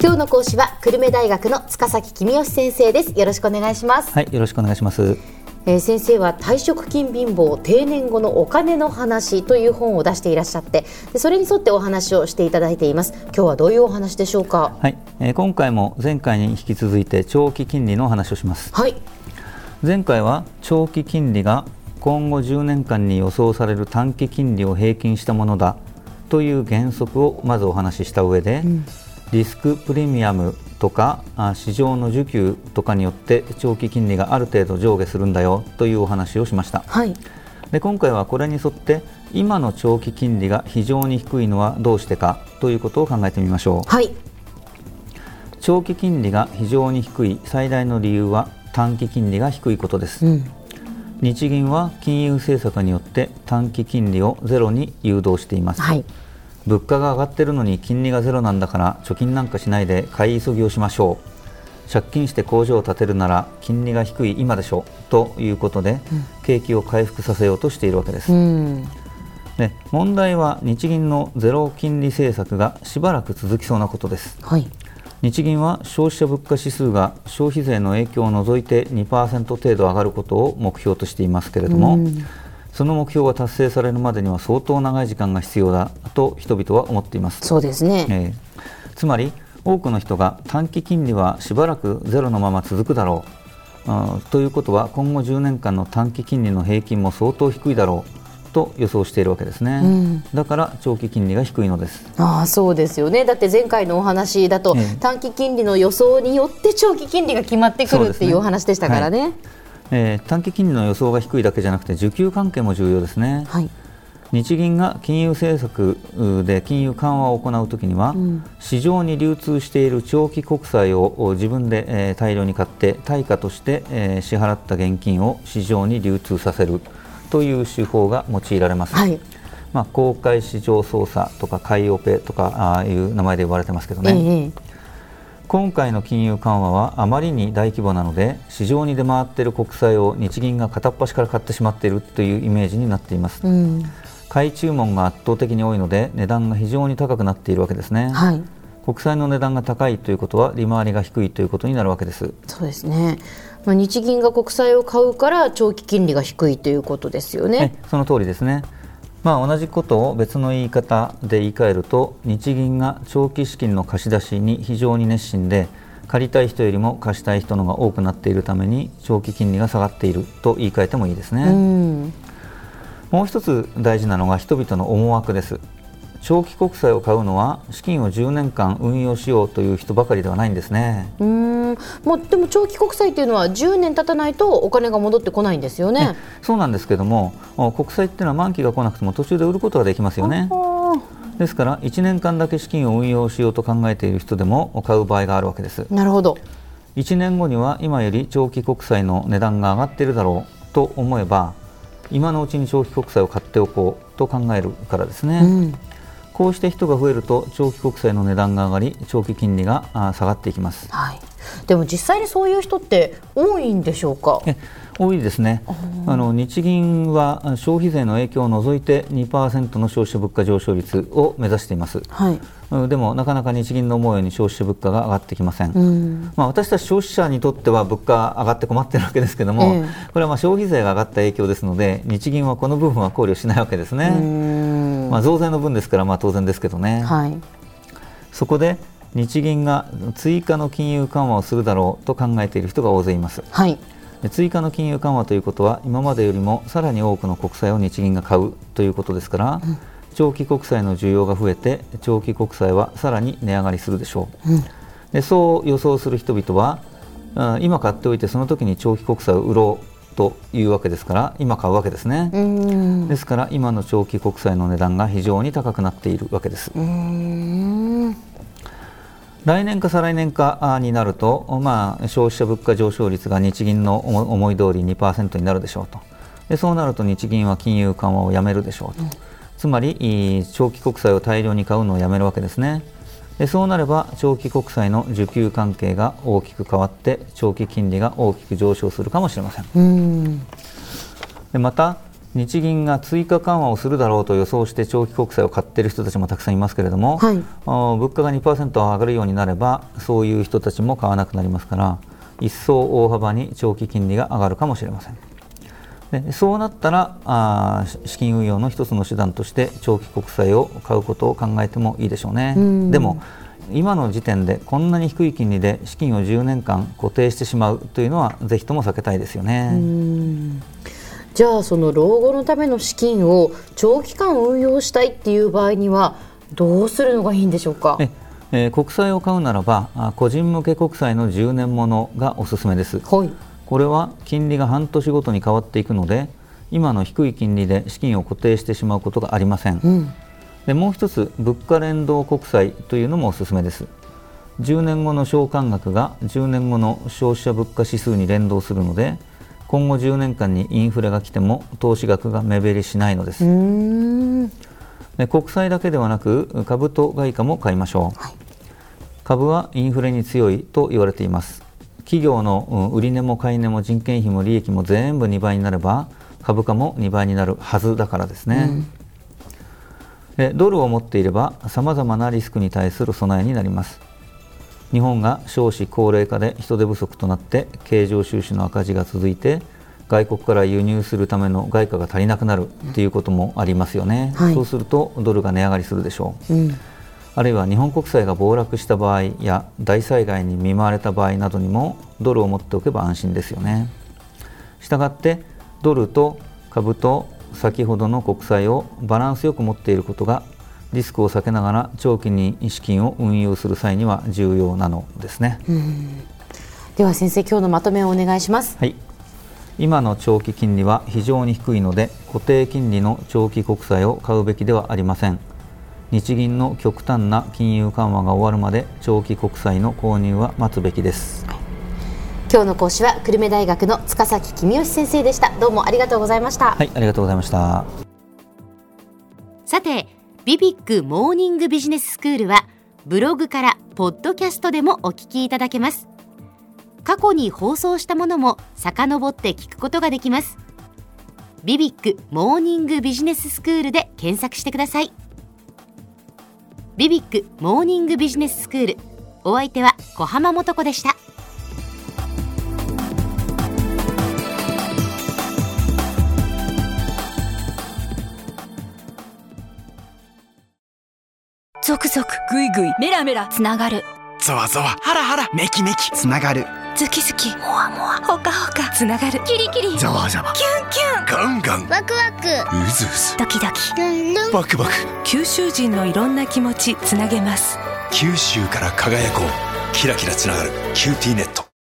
今日の講師は久留米大学の塚崎公義先生です。よろしくお願いします。 はい、よろしくお願いします。 先生は退職金貧乏定年後のお金の話という本を出していらっしゃって、それに沿ってお話をしていただいています。今日はどういうお話でしょうか？ はい、今回も前回に引き続いて長期金利のお話をします。 はい、 前回は長期金利が今後10年間に予想される短期金利を平均したものだという原則をまずお話しした上で、リスクプレミアムとか市場の需給とかによって長期金利がある程度上下するんだよというお話をしました。 はい、 で今回はこれに沿って今の長期金利が非常に低いのはどうしてかということを考えてみましょう。 はい、 長期金利が非常に低い最大の理由は短期金利が低いことです。日銀は金融政策によって短期金利をゼロに誘導しています。 はい、 物価が上がっているのに金利がゼロなんだから貯金なんかしないで買い急ぎをしましょう。借金して工場を建てるなら金利が低い今でしょということで、景気を回復させようとしているわけです。で問題は日銀のゼロ金利政策がしばらく続きそうなことです。 はい、 日銀は消費者物価指数が消費税の影響を除いて 2% 程度上がることを目標としていますけれども、その目標が達成されるまでには相当長い時間が必要だと人々は思っています。 そうですね。 つまり多くの人が短期金利はしばらくゼロのまま続くだろう、ということは今後10年間の短期金利の平均も相当低いだろうと予想しているわけですね。だから長期金利が低いのです。 そうですよね。だって前回のお話だと、短期金利の予想によって長期金利が決まってくるっていうお話でしたからね。 短期金利の予想が低いだけじゃなくて需給関係も重要ですね。はい、日銀が金融政策で金融緩和を行うときには、市場に流通している長期国債を自分で大量に買って対価として支払った現金を市場に流通させるという手法が用いられます。はい、公開市場操作とか買いオペとかいう名前で呼ばれてますけどね。今回の金融緩和はあまりに大規模なので市場に出回っている国債を日銀が片っ端から買ってしまっているというイメージになっています。買い注文が圧倒的に多いので値段が非常に高くなっているわけですね。はい、国債の値段が高いということは利回りが低いということになるわけです。 そうですね。日銀が国債を買うから長期金利が低いということですよね。 その通りですね。同じことを別の言い方で言い換えると、日銀が長期資金の貸し出しに非常に熱心で借りたい人よりも貸したい人のが多くなっているために長期金利が下がっていると言い換えてもいいですね。もう一つ大事なのが人々の思惑です。長期国債を買うのは資金を10年間運用しようという人ばかりではないんですね。 でも長期国債というのは10年経たないとお金が戻ってこないんですよね。 そうなんですけども、国債っていうのは満期が来なくても途中で売ることができますよね。ですから1年間だけ資金を運用しようと考えている人でも買う場合があるわけです。 なるほど。 1年後には今より長期国債の値段が上がっているだろうと思えば、今のうちに長期国債を買っておこうと考えるからですね。こうして人が増えると長期国債の値段が上がり長期金利が下がっていきます。 はい、でも実際にそういう人って多いんでしょうか？ 多いですね。日銀は消費税の影響を除いて 2% の消費者物価上昇率を目指しています。はい、でもなかなか日銀の思うように消費者物価が上がってきません。私たち消費者にとっては物価上がって困っているわけですけども、これは消費税が上がった影響ですので日銀はこの部分は考慮しないわけですね。増税の分ですから当然ですけどね。はい、そこで日銀が追加の金融緩和をするだろうと考えている人が大勢います。はい、追加の金融緩和ということは今までよりもさらに多くの国債を日銀が買うということですから、長期国債の需要が増えて長期国債はさらに値上がりするでしょう。でそう予想する人々は今買っておいてその時に長期国債を売ろうというわけですから今買うわけですね。ですから今の長期国債の値段が非常に高くなっているわけです。来年か再来年かになると、消費者物価上昇率が日銀の思い通り 2% になるでしょうと。でそうなると日銀は金融緩和をやめるでしょうと。つまり長期国債を大量に買うのをやめるわけですね。でそうなれば長期国債の需給関係が大きく変わって長期金利が大きく上昇するかもしれません。でまた日銀が追加緩和をするだろうと予想して長期国債を買っている人たちもたくさんいますけれども、物価が 2% 上がるようになればそういう人たちも買わなくなりますから、一層大幅に長期金利が上がるかもしれません。でそうなったら資金運用の一つの手段として長期国債を買うことを考えてもいいでしょうね。でも今の時点でこんなに低い金利で資金を10年間固定してしまうというのはぜひとも避けたいですよね。 じゃあその老後のための資金を長期間運用したいっていう場合にはどうするのがいいんでしょうか。 国債を買うならば個人向け国債の10年ものがおすすめです。これは金利が半年ごとに変わっていくので今の低い金利で資金を固定してしまうことがありません。でもう一つ物価連動国債というのもおすすめです。10年後の償還額が10年後の消費者物価指数に連動するので今後10年間にインフレが来ても投資額が目減りしないのです。で国債だけではなく株と外貨も買いましょう。株はインフレに強いと言われています。企業の売値も買い値も人件費も利益も全部2倍になれば株価も2倍になるはずだからですね。でドルを持っていればさまざまなリスクに対する備えになります。日本が少子高齢化で人手不足となって経常収支の赤字が続いて外国から輸入するための外貨が足りなくなるということもありますよね。そうするとドルが値上がりするでしょう。あるいは日本国債が暴落した場合や大災害に見舞われた場合などにもドルを持っておけば安心ですよね。したがってドルと株と先ほどの国債をバランスよく持っていることがリスクを避けながら長期に資金を運用する際には重要なのですね。 では先生、今日のまとめをお願いします。 今の長期金利は非常に低いので固定金利の長期国債を買うべきではありません。日銀の極端な金融緩和が終わるまで長期国債の購入は待つべきです。 今日の講師は久留米大学の塚崎公義先生でした。どうもありがとうございました。 ありがとうございました。 さて、ビビックモーニングビジネススクールはブログからポッドキャストでもお聞きいただけます。過去に放送したものも遡って聞くことができます。ビビックモーニングビジネススクールで検索してください。ビビックモーニングビジネススクール、お相手は小浜もとこでした。 ゾクゾクグイグイメラメラつながる、 ゾワゾワハラハラメキメキつながる、 ズキズキモワモワホカホカつながる、キリキリザワザワキュンキュンガンガンワクワクうずうずドキドキルンルンバクバク、 九州人のいろんな気持ちつなげます。 九州から輝こう、キラキラつながるキューティーネット。